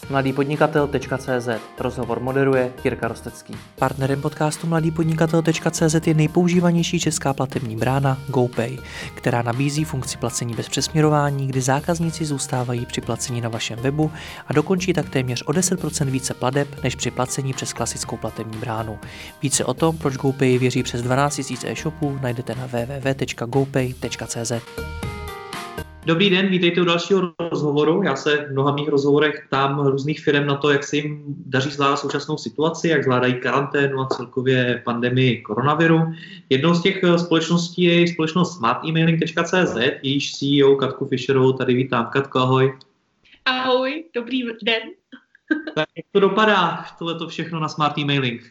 mladýpodnikatel.cz. Rozhovor moderuje Jirka Rostecký. Partnerem podcastu mladýpodnikatel.cz je nejpoužívanější česká platební brána GoPay, která nabízí funkci placení bez přesměrování, kdy zákazníci zůstávají při placení na vašem webu a dokončí tak téměř o 10% více plateb než při placení přes klasickou platební bránu. Více o tom, proč GoPay věří přes 12 000 e-shopů, najdete na www.gopay.cz. Dobrý den, vítejte u dalšího rozhovoru. Já se v mnoha mých rozhovorech ptám různých firm na to, jak se jim daří zvládat současnou situaci, jak zvládají karanténu a celkově pandemii koronaviru. Jednou z těch společností je společnost smartemailing.cz, jejíž CEO Katku Fischerovou tady vítám. Katko, ahoj. Ahoj, dobrý den. Tak jak to dopadá, tohleto všechno na Smart Emailing?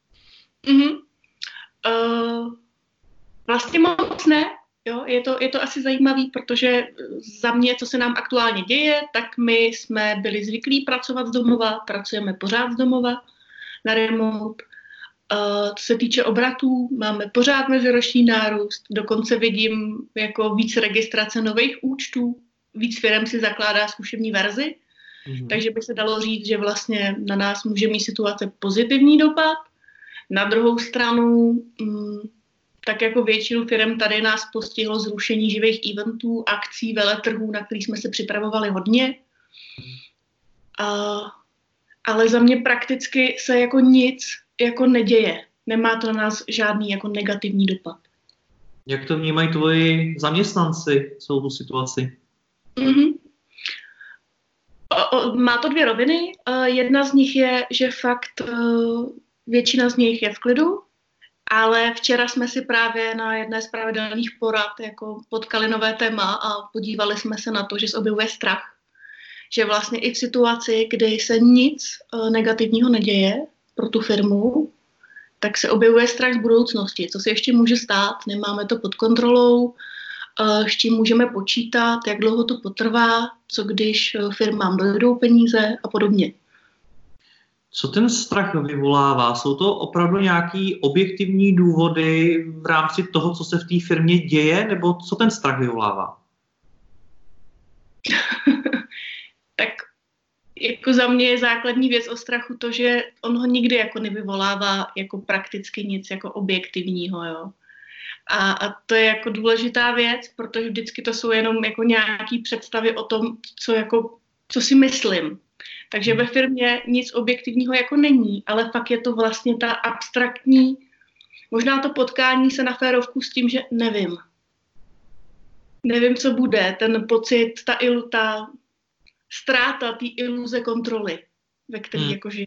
Vlastně moc ne. Jo, je to asi zajímavý, protože za mě, co se nám aktuálně děje, tak my jsme byli zvyklí pracovat z domova, pracujeme pořád z domova na remote. Co se týče obratů, máme pořád meziroční nárůst, dokonce vidím jako víc registrace nových účtů, víc firem si zakládá zkušební verzi, takže by se dalo říct, že vlastně na nás může mít situace pozitivní dopad. Na druhou stranu, tak jako většinu firm tady nás postihlo zrušení živých eventů, akcí, veletrhů, na který jsme se připravovali hodně. Ale za mě prakticky se jako nic jako neděje. Nemá to na nás žádný jako negativní dopad. Jak to vnímají tvoji zaměstnanci celou tu situaci? Má to dvě roviny. Jedna z nich je, že fakt většina z nich je v klidu, ale včera jsme si právě na jedné z pravidelných porad jako potkali nové téma a podívali jsme se na to, že se objevuje strach. Že vlastně i v situaci, kdy se nic negativního neděje pro tu firmu, tak se objevuje strach z budoucnosti. Co se ještě může stát, nemáme to pod kontrolou, s čím můžeme počítat, jak dlouho to potrvá, co když firmám dojdou peníze a podobně. Co ten strach vyvolává? Jsou to opravdu nějaký objektivní důvody v rámci toho, co se v té firmě děje, nebo co ten strach vyvolává? Tak jako za mě je základní věc o strachu to, že on ho nikdy jako nevyvolává jako prakticky nic jako objektivního, jo. A to je jako důležitá věc, protože vždycky to jsou jenom jako nějaký představy o tom, co si myslím. Takže ve firmě nic objektivního jako není, ale fakt je to vlastně ta abstraktní, možná to potkání se na férovku s tím, že nevím. Nevím, co bude, ten pocit, ta ztráta té iluze kontroly, ve které jako žijeme.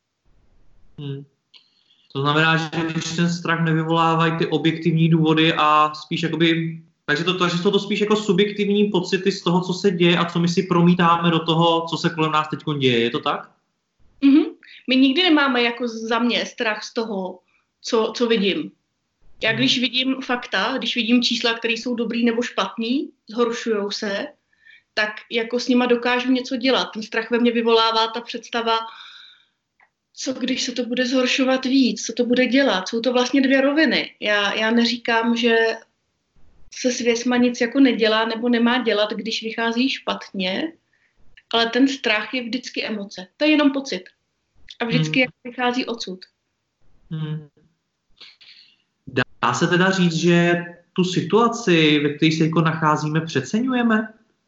To znamená, že když ten strach nevyvolávají ty objektivní důvody a spíš jakoby, takže jsou to spíš jako subjektivní pocity z toho, co se děje a co my si promítáme do toho, co se kolem nás teď děje. Je to tak? My nikdy nemáme jako za mě strach z toho, co vidím. Já když vidím fakta, když vidím čísla, které jsou dobrý nebo špatný, zhoršujou se, tak jako s nima dokážu něco dělat. Ten strach ve mně vyvolává ta představa, co když se to bude zhoršovat víc, co to bude dělat. Jsou to vlastně dvě roviny. Já neříkám, že se s věcma nic jako nedělá nebo nemá dělat, když vychází špatně, ale ten strach je vždycky emoce. To je jenom pocit. A vždycky jak vychází odsud. Dá se teda říct, že tu situaci, ve které se jako nacházíme, přeceňujeme?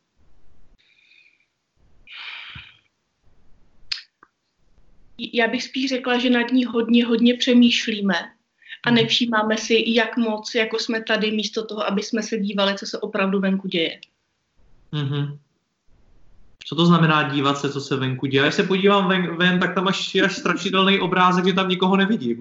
Já bych spíš řekla, že nad ní hodně přemýšlíme a nevšímáme si, jak moc jako jsme tady místo toho, aby jsme se dívali, co se opravdu venku děje. Co to znamená dívat se, co se venku děje? Když se podívám ven, tak tam až strašidelný obrázek, že tam nikoho nevidím.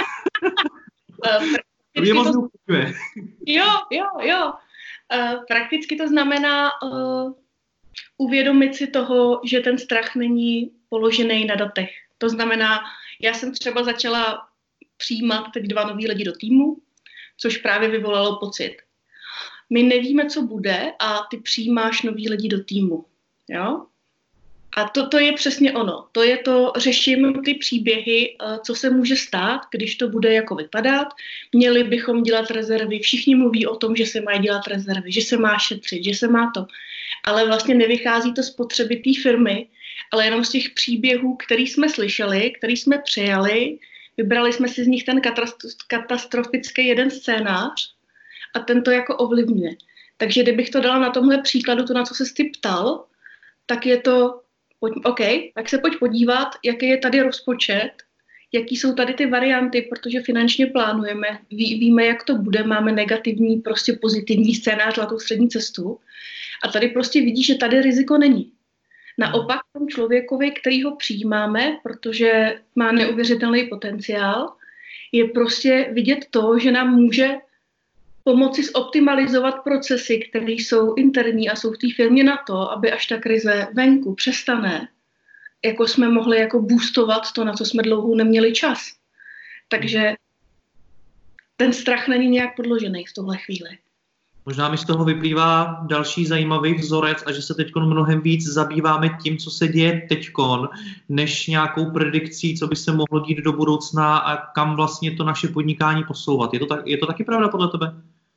Jo. Prakticky to znamená uvědomit si toho, že ten strach není položený na datech. To znamená, já jsem třeba začala přijímat teď 2 nový lidi do týmu, což právě vyvolalo pocit. My nevíme, co bude a ty přijímáš nový lidi do týmu. Jo? A to je přesně ono. To je to, řeším ty příběhy, co se může stát, když to bude jako vypadat. Měli bychom dělat rezervy. Všichni mluví o tom, že se mají dělat rezervy, že se má šetřit, že se má to. Ale vlastně nevychází to z potřeby té firmy ale jenom z těch příběhů, který jsme slyšeli, který jsme přijali, vybrali jsme si z nich ten katastrofický jeden scénář a ten to jako ovlivňuje. Takže kdybych to dala na tomhle příkladu, to, na co se ty ptal, tak je to, OK, tak se pojď podívat, jaký je tady rozpočet, jaký jsou tady ty varianty, protože finančně plánujeme, víme, jak to bude, máme negativní, prostě pozitivní scénář na tu střední cestu a tady prostě vidíš, že tady riziko není. Naopak tomu člověkovi, který ho přijímáme, protože má neuvěřitelný potenciál, je prostě vidět to, že nám může pomoci zoptimalizovat procesy, které jsou interní a jsou v té firmě na to, aby až ta krize venku přestane, jako jsme mohli jako boostovat to, na co jsme dlouho neměli čas. Takže ten strach není nějak podložený v tohle chvíli. Možná mi z toho vyplývá další zajímavý vzorec a že se teď mnohem víc zabýváme tím, co se děje teďkon, než nějakou predikcí, co by se mohlo dít do budoucna a kam vlastně to naše podnikání posouvat. Je to taky pravda podle tebe?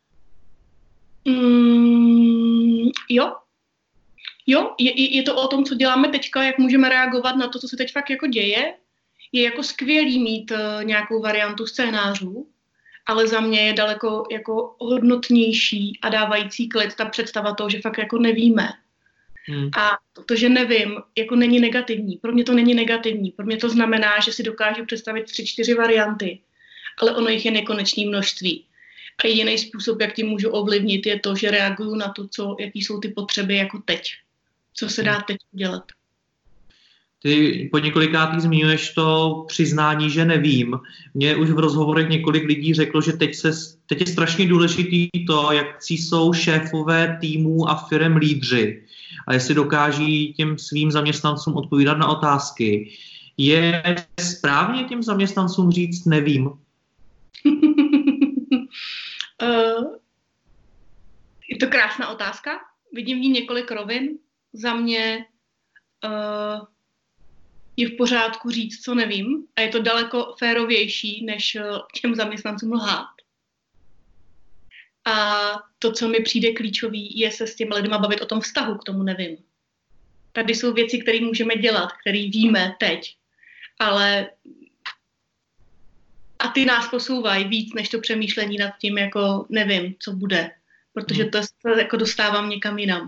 Jo, je to o tom, co děláme teďka, jak můžeme reagovat na to, co se teď fakt jako děje. Je jako skvělý mít nějakou variantu scénářů, ale za mě je daleko jako hodnotnější a dávající klid ta představa toho, že fakt jako nevíme. A to, že nevím, jako není negativní. Pro mě to není negativní. Pro mě to znamená, že si dokážu představit 3-4 varianty, ale ono jich je nekonečné množství. A jediný způsob, jak tím můžu ovlivnit, je to, že reaguju na to, jaký jsou ty potřeby jako teď. Co se dá teď udělat. Ty po několikátý zmiňuješ to přiznání, že nevím. Mně už v rozhovorech několik lidí řeklo, že teď je strašně důležitý to, jak jsou šéfové týmů a firem lídři. A jestli dokáží těm svým zaměstnancům odpovídat na otázky. Je správně těm zaměstnancům říct nevím? Je to krásná otázka. Vidím v ní několik rovin. Za mě je v pořádku říct, co nevím. A je to daleko férovější, než těm zaměstnancům lhát. A to, co mi přijde klíčový, je se s těmi lidmi bavit o tom vztahu k tomu nevím. Tady jsou věci, které můžeme dělat, které víme teď. Ale a ty nás posouvají víc, než to přemýšlení nad tím, jako nevím, co bude. Protože to se jako dostávám někam jinam.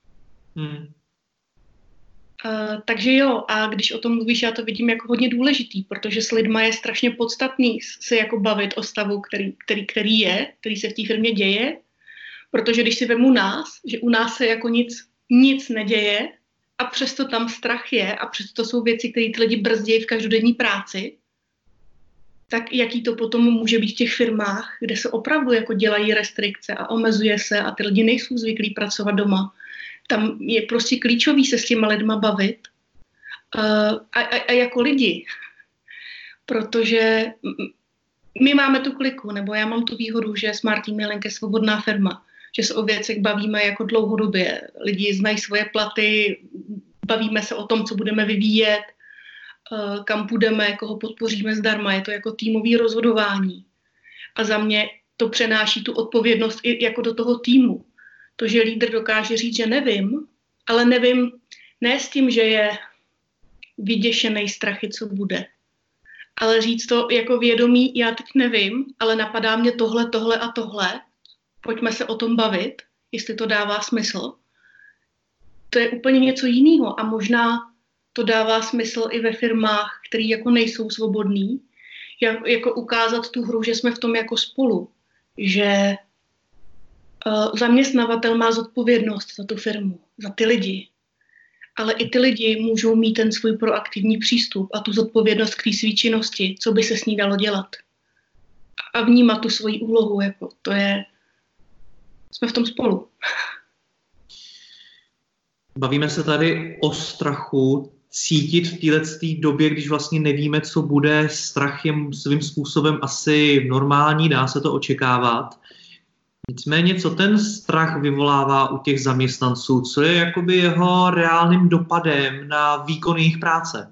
Takže jo, a když o tom mluvíš, já to vidím jako hodně důležitý, protože s lidma je strašně podstatný se jako bavit o stavu, který se v té firmě děje, protože když si vemu nás, že u nás se jako nic neděje a přesto tam strach je a přesto to jsou věci, které ty lidi brzdí v každodenní práci, tak jaký to potom může být v těch firmách, kde se opravdu jako dělají restrikce a omezuje se a ty lidi nejsou zvyklí pracovat doma. Tam je prostě klíčový se s těma lidma bavit a jako lidi, protože my máme tu kliku, nebo já mám tu výhodu, že Smart Team je Lenke svobodná firma, že se o věcech bavíme jako dlouhodobě. Lidi znají svoje platy, bavíme se o tom, co budeme vyvíjet, kam půjdeme, koho podpoříme zdarma. Je to jako týmový rozhodování. A za mě to přenáší tu odpovědnost i jako do toho týmu. To, že lídr dokáže říct, že nevím, ale nevím ne s tím, že je vyděšený strachy, co bude. Ale říct to jako vědomí, já teď nevím, ale napadá mě tohle a tohle. Pojďme se o tom bavit, jestli to dává smysl. To je úplně něco jiného a možná to dává smysl i ve firmách, které jako nejsou svobodný. Jako ukázat tu hru, že jsme v tom jako spolu. Že zaměstnavatel má zodpovědnost za tu firmu, za ty lidi. Ale i ty lidi můžou mít ten svůj proaktivní přístup a tu zodpovědnost k té své činnosti, co by se s ní dalo dělat. A vnímat tu svoji úlohu, jako to je, jsme v tom spolu. Bavíme se tady o strachu, cítit v této době, když vlastně nevíme, co bude. Strach je svým způsobem asi normální, dá se to očekávat. Nicméně, co ten strach vyvolává u těch zaměstnanců? Co je jakoby jeho reálným dopadem na výkon jejich práce?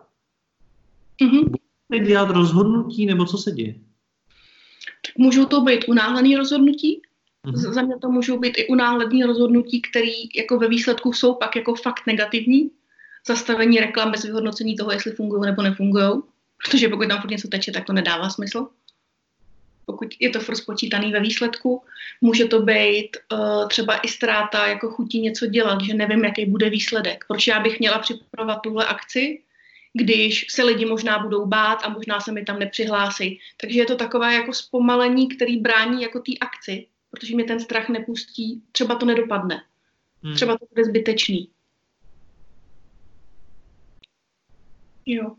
Bude dělat rozhodnutí, nebo co se děje? Tak můžou to být unáhlený rozhodnutí. Za mě to můžou být i unáhlený rozhodnutí, které jako ve výsledku jsou pak jako fakt negativní. zastavení reklam bez vyhodnocení toho, jestli fungují nebo nefungují. Protože pokud tam furt něco teče, tak to nedává smysl. Pokud je to furt spočítaný ve výsledku, může to být třeba i ztráta jako chutí něco dělat, že nevím, jaký bude výsledek. Proč já bych měla připravovat tuhle akci, když se lidi možná budou bát a možná se mi tam nepřihlásí. Takže je to takové jako zpomalení, který brání jako té akci, protože mě ten strach nepustí. Třeba to nedopadne. Třeba to bude zbytečný. Jo.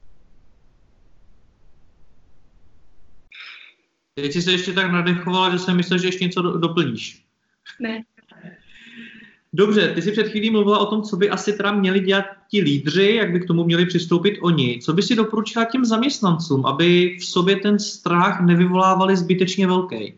Teď jsi se ještě tak nadechovala, že jsem myslel, že ještě něco doplníš. Ne. Dobře, ty jsi před chvílí mluvila o tom, co by asi teda měli dělat ti lídři, jak by k tomu měli přistoupit oni. Co by si doporučila těm zaměstnancům, aby v sobě ten strach nevyvolávali zbytečně velký?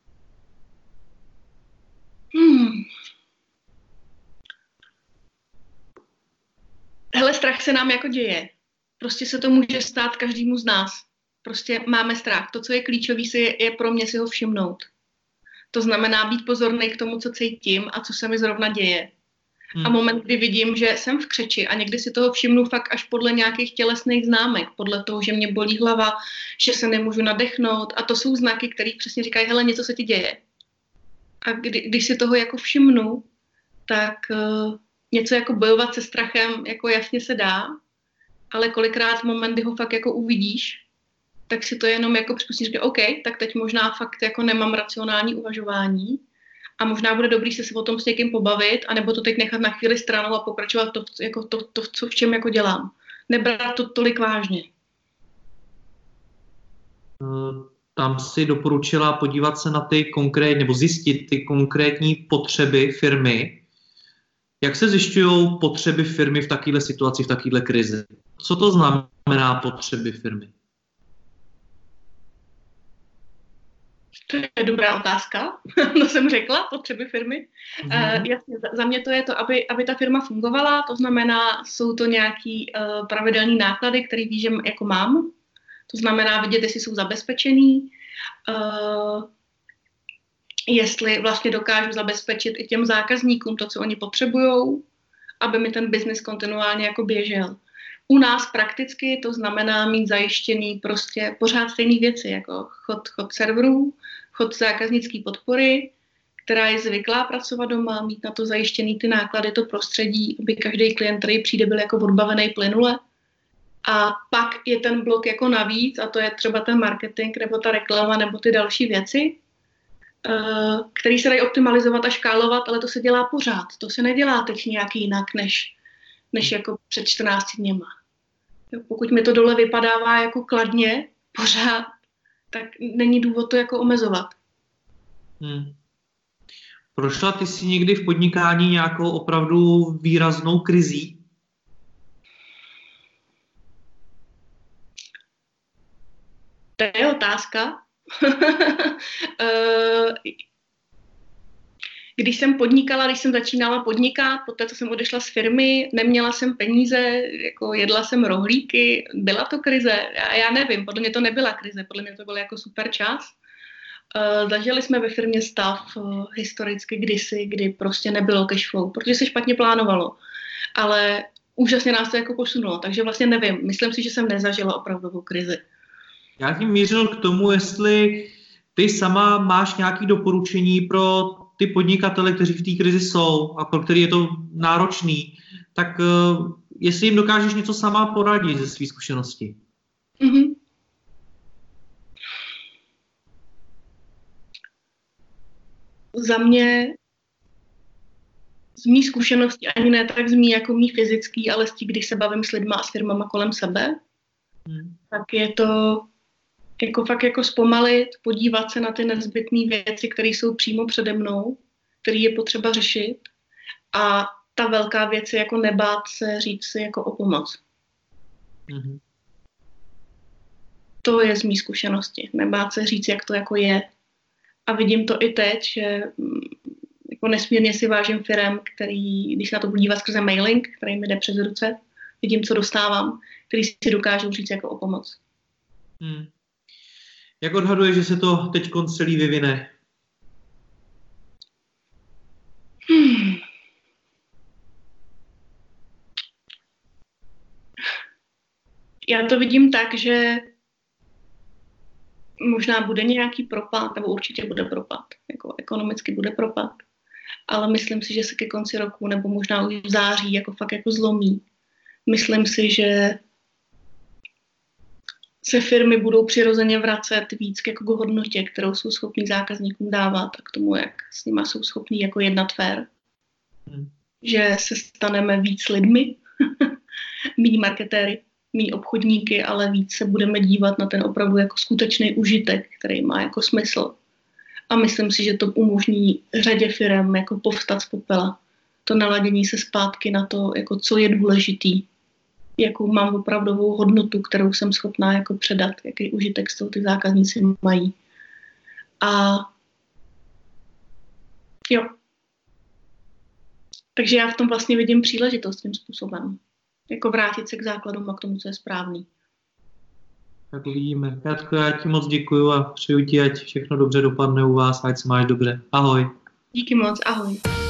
Hele, strach se nám jako děje. Prostě se to může stát každému z nás. Prostě máme strach. To, co je klíčový, je pro mě si ho všimnout. To znamená být pozorný k tomu, co cítím a co se mi zrovna děje. A moment, kdy vidím, že jsem v křeči a někdy si toho všimnu fakt až podle nějakých tělesných známek, podle toho, že mě bolí hlava, že se nemůžu nadechnout a to jsou znaky, které přesně říkají, hele, něco se ti děje. A když si toho jako všimnu, tak něco jako bojovat se strachem jako jasně se dá, ale kolikrát v moment, kdy ho fakt jako uvidíš, tak si to jenom jako připustím, že OK, tak teď možná fakt jako nemám racionální uvažování a možná bude dobrý se o tom s někým pobavit, anebo to teď nechat na chvíli stranou a pokračovat to co v čem jako dělám. Nebrat to tolik vážně. Tam si doporučila podívat se na ty konkrétní, nebo zjistit ty konkrétní potřeby firmy. Jak se zjišťují potřeby firmy v takovéhle situaci, v takovéhle krizi? Co to znamená potřeby firmy? To je dobrá otázka, to jsem řekla, potřeby firmy. Jasně, za mě to je to, aby ta firma fungovala, to znamená, jsou to nějaký pravidelné náklady, které víš, že jako mám. To znamená vidět, jestli jsou zabezpečený, jestli vlastně dokážu zabezpečit i těm zákazníkům to, co oni potřebujou, aby mi ten biznis kontinuálně jako běžel. U nás prakticky to znamená mít zajištěný prostě pořád stejné věci, jako chod serverů, chod zákaznické podpory, která je zvyklá pracovat doma, mít na to zajištěný ty náklady, to prostředí, aby každý klient, který přijde, byl jako odbavený plynule. A pak je ten blok jako navíc, a to je třeba ten marketing, nebo ta reklama, nebo ty další věci, který se dají optimalizovat a škálovat, ale to se dělá pořád. To se nedělá teď nějak jinak, než jako před 14 dněma. Pokud mi to dole vypadává jako kladně, pořád, tak není důvod to jako omezovat. Prošla ty si někdy v podnikání nějakou opravdu výraznou krizí? To je otázka. Když jsem začínala podnikat, poté, co jsem odešla z firmy, neměla jsem peníze, jako jedla jsem rohlíky, byla to krize? Já nevím, podle mě to nebyla krize, podle mě to byl jako super čas. Zažili jsme ve firmě stav historicky kdysi, kdy prostě nebylo cash flow, protože se špatně plánovalo. Ale úžasně nás to jako posunulo, takže vlastně nevím. Myslím si, že jsem nezažila opravdovou krizi. Já tím mířil k tomu, jestli ty sama máš nějaké doporučení pro ty podnikatele, kteří v té krizi jsou a pro který je to náročný, tak jestli jim dokážeš něco sama poradit ze své zkušenosti. Za mě z mý zkušenosti, ani ne tak z mý jako mý fyzický, ale z tí, když se bavím s lidma a s firmama kolem sebe, tak je to jako fakt jako zpomalit, podívat se na ty nezbytné věci, které jsou přímo přede mnou, které je potřeba řešit a ta velká věc je jako nebát se říct si jako o pomoc. To je z mý zkušenosti. Nebát se říct, jak to jako je. A vidím to i teď, že jako nesmírně si vážím firem, který, když na to budu dívat skrze mailing, který mi jde přes ruce, vidím, co dostávám, který si dokážou říct jako o pomoc. Jak odhaduješ, že se to teď celý vyvine? Já to vidím tak, že možná bude nějaký propad, nebo určitě bude propad, jako ekonomicky bude propad, ale myslím si, že se ke konci roku, nebo možná už v září, jako fakt jako zlomí. Myslím si, že se firmy budou přirozeně vracet víc jako k hodnotě, kterou jsou schopní zákazníkům dávat a k tomu, jak s nima jsou schopní jako jednat fair. Že se staneme víc lidmi, míň marketéry, míň obchodníky, ale víc se budeme dívat na ten opravdu jako skutečný užitek, který má jako smysl. A myslím si, že to umožní řadě firem jako povstat z popela. To naladění se zpátky na to, jako co je důležitý, jakou mám opravdovou hodnotu, kterou jsem schopná jako předat, jaký užitek z toho ty zákazníci mají. A jo. Takže já v tom vlastně vidím příležitost tím způsobem. Jako vrátit se k základům a k tomu, co je správný. Tak uvidíme. Katko, já ti moc děkuju a přeju ti, ať všechno dobře dopadne u vás, ať se máš dobře. Ahoj. Díky moc, ahoj.